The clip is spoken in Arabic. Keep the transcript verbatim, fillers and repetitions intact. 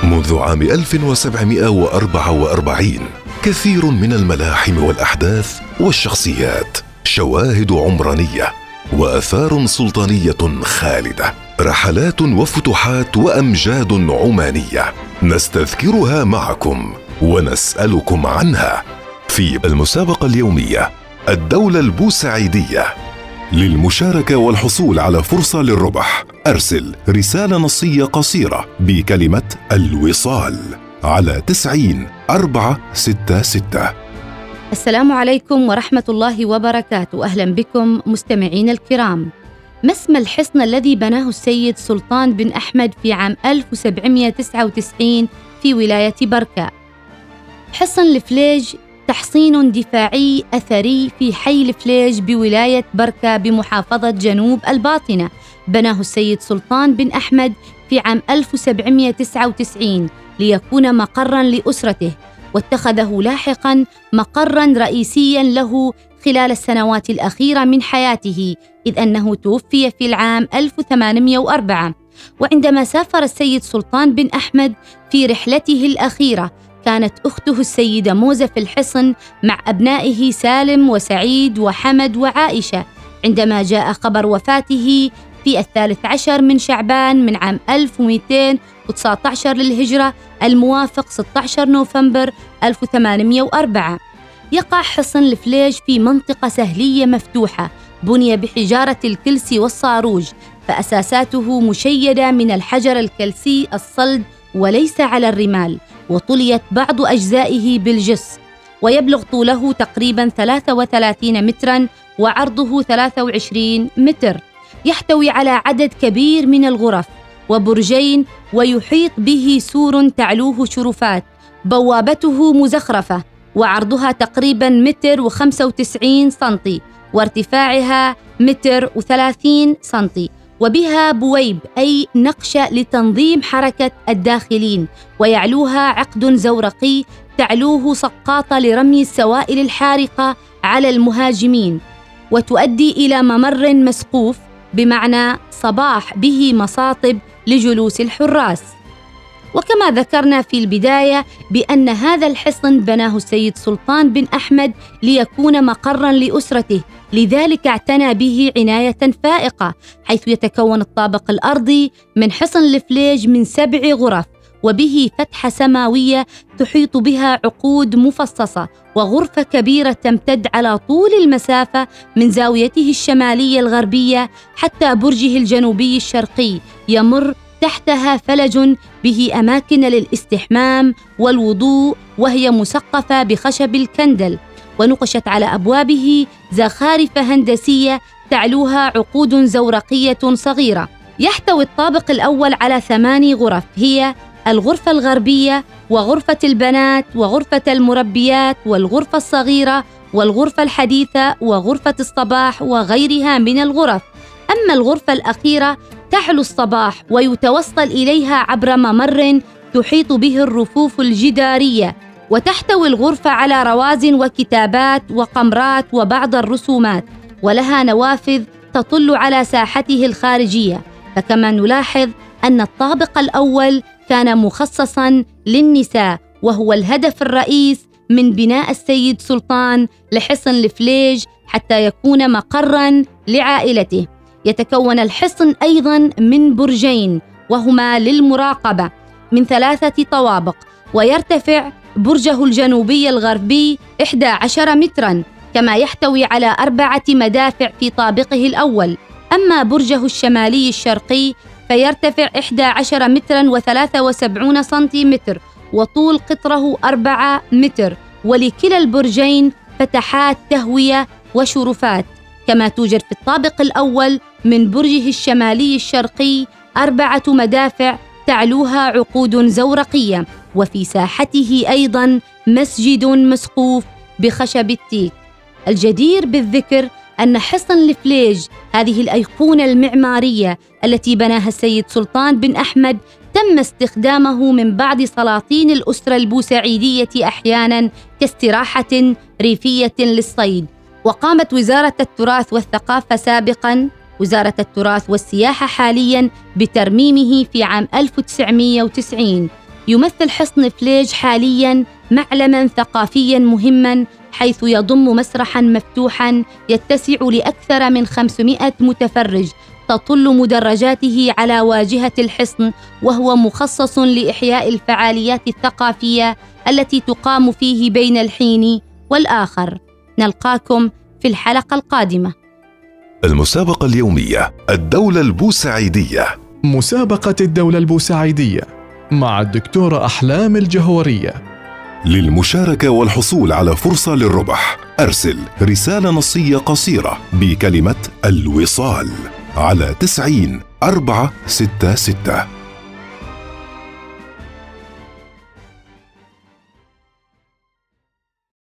منذ عام ألف وسبعمائة وأربعة وأربعين كثير من الملاحم والأحداث والشخصيات، شواهد عمرانية وآثار سلطانية خالدة، رحلات وفتوحات وأمجاد عمانية نستذكرها معكم ونسألكم عنها في المسابقة اليومية الدولة البوسعيدية. للمشاركة والحصول على فرصة للربح أرسل رسالة نصية قصيرة بكلمة الوصال على تسعين أربعة ستة ستة. السلام عليكم ورحمة الله وبركاته. أهلا بكم مستمعين الكرام. ما اسم الحصن الذي بناه السيد سلطان بن أحمد في عام ألف وسبعمائة وتسعة وتسعين في ولاية بركة؟ حصن الفليج تحصين دفاعي أثري في حي الفليج بولاية بركة بمحافظة جنوب الباطنة، بناه السيد سلطان بن أحمد في عام ألف وسبعمائة وتسعة وتسعين ليكون مقراً لأسرته، واتخذه لاحقاً مقراً رئيسياً له خلال السنوات الأخيرة من حياته، إذ أنه توفي في العام ألف وثمانمائة وأربعة. وعندما سافر السيد سلطان بن أحمد في رحلته الأخيرة كانت أخته السيدة موزة في الحصن مع أبنائه سالم وسعيد وحمد وعائشة، عندما جاء خبر وفاته في الثالث عشر من شعبان من عام ألف ومئتين وتسعة عشر للهجرة الموافق ستة عشر نوفمبر ألف وثمانمائة وأربعة. يقع حصن الفليج في منطقة سهلية مفتوحة بني بحجارة الكلسي والصاروج، فأساساته مشيدة من الحجر الكلسي الصلد وليس على الرمال، وطليت بعض أجزائه بالجص، ويبلغ طوله تقريباً ثلاثة وثلاثين متراً وعرضه ثلاثة وعشرين متر. يحتوي على عدد كبير من الغرف وبرجين، ويحيط به سور تعلوه شرفات، بوابته مزخرفة، وعرضها تقريباً متر وخمسة وتسعين سنتي، وارتفاعها متر وثلاثين سنتي، وبها بويب أي نقشة لتنظيم حركة الداخلين، ويعلوها عقد زورقي تعلوه سقاطة لرمي السوائل الحارقة على المهاجمين، وتؤدي إلى ممر مسقوف بمعنى صباح به مصاطب لجلوس الحراس. وكما ذكرنا في البداية بأن هذا الحصن بناه السيد سلطان بن أحمد ليكون مقراً لأسرته، لذلك اعتنى به عناية فائقة، حيث يتكون الطابق الأرضي من حصن الفليج من سبع غرف، وبه فتحة سماوية تحيط بها عقود مفصصة، وغرفة كبيرة تمتد على طول المسافة من زاويته الشمالية الغربية حتى برجه الجنوبي الشرقي، يمر تحتها فلج به أماكن للاستحمام والوضوء، وهي مسقفة بخشب الكندل، ونقشت على أبوابه زخارف هندسية تعلوها عقود زورقية صغيرة. يحتوي الطابق الأول على ثماني غرف، هي الغرفة الغربية وغرفة البنات وغرفة المربيات والغرفة الصغيرة والغرفة الحديثة وغرفة الصباح وغيرها من الغرف. أما الغرفة الأخيرة تعلو الصباح ويتوصل إليها عبر ممر تحيط به الرفوف الجدارية، وتحتوي الغرفة على روازن وكتابات وقمرات وبعض الرسومات، ولها نوافذ تطل على ساحته الخارجية. فكما نلاحظ أن الطابق الأول كان مخصصاً للنساء، وهو الهدف الرئيس من بناء السيد سلطان لحصن الفليج حتى يكون مقراً لعائلته. يتكون الحصن أيضاً من برجين، وهما للمراقبة من ثلاثة طوابق، ويرتفع برجه الجنوبي الغربي إحدى عشر متراً، كما يحتوي على أربعة مدافع في طابقه الأول. أما برجه الشمالي الشرقي فيرتفع إحدى عشر متراً وثلاثة وسبعون سنتيمتر، وطول قطره أربعة متر، ولكلا البرجين فتحات تهوية وشرفات. كما توجد في الطابق الأول من برجه الشمالي الشرقي أربعة مدافع تعلوها عقود زورقية، وفي ساحته أيضاً مسجد مسقوف بخشب التيك. الجدير بالذكر أن حصن الفليج هذه الأيقونة المعمارية التي بناها السيد سلطان بن أحمد تم استخدامه من بعض سلاطين الأسرة البوسعيدية أحياناً كاستراحة ريفية للصيد. وقامت وزارة التراث والثقافة سابقاً وزارة التراث والسياحة حالياً بترميمه في عام ألف وتسعمائة وتسعين، يمثل حصن فليج حالياً معلماً ثقافياً مهماً، حيث يضم مسرحاً مفتوحاً يتسع لأكثر من خمسمائة متفرج تطل مدرجاته على واجهة الحصن، وهو مخصص لإحياء الفعاليات الثقافية التي تقام فيه بين الحين والآخر. نلقاكم في الحلقة القادمة. المسابقة اليومية الدولة البوسعيدية. مسابقة الدولة البوسعيدية مع الدكتورة أحلام الجهورية. للمشاركة والحصول على فرصة للربح أرسل رسالة نصية قصيرة بكلمة الوصال على تسعين أربعة ستة ستة.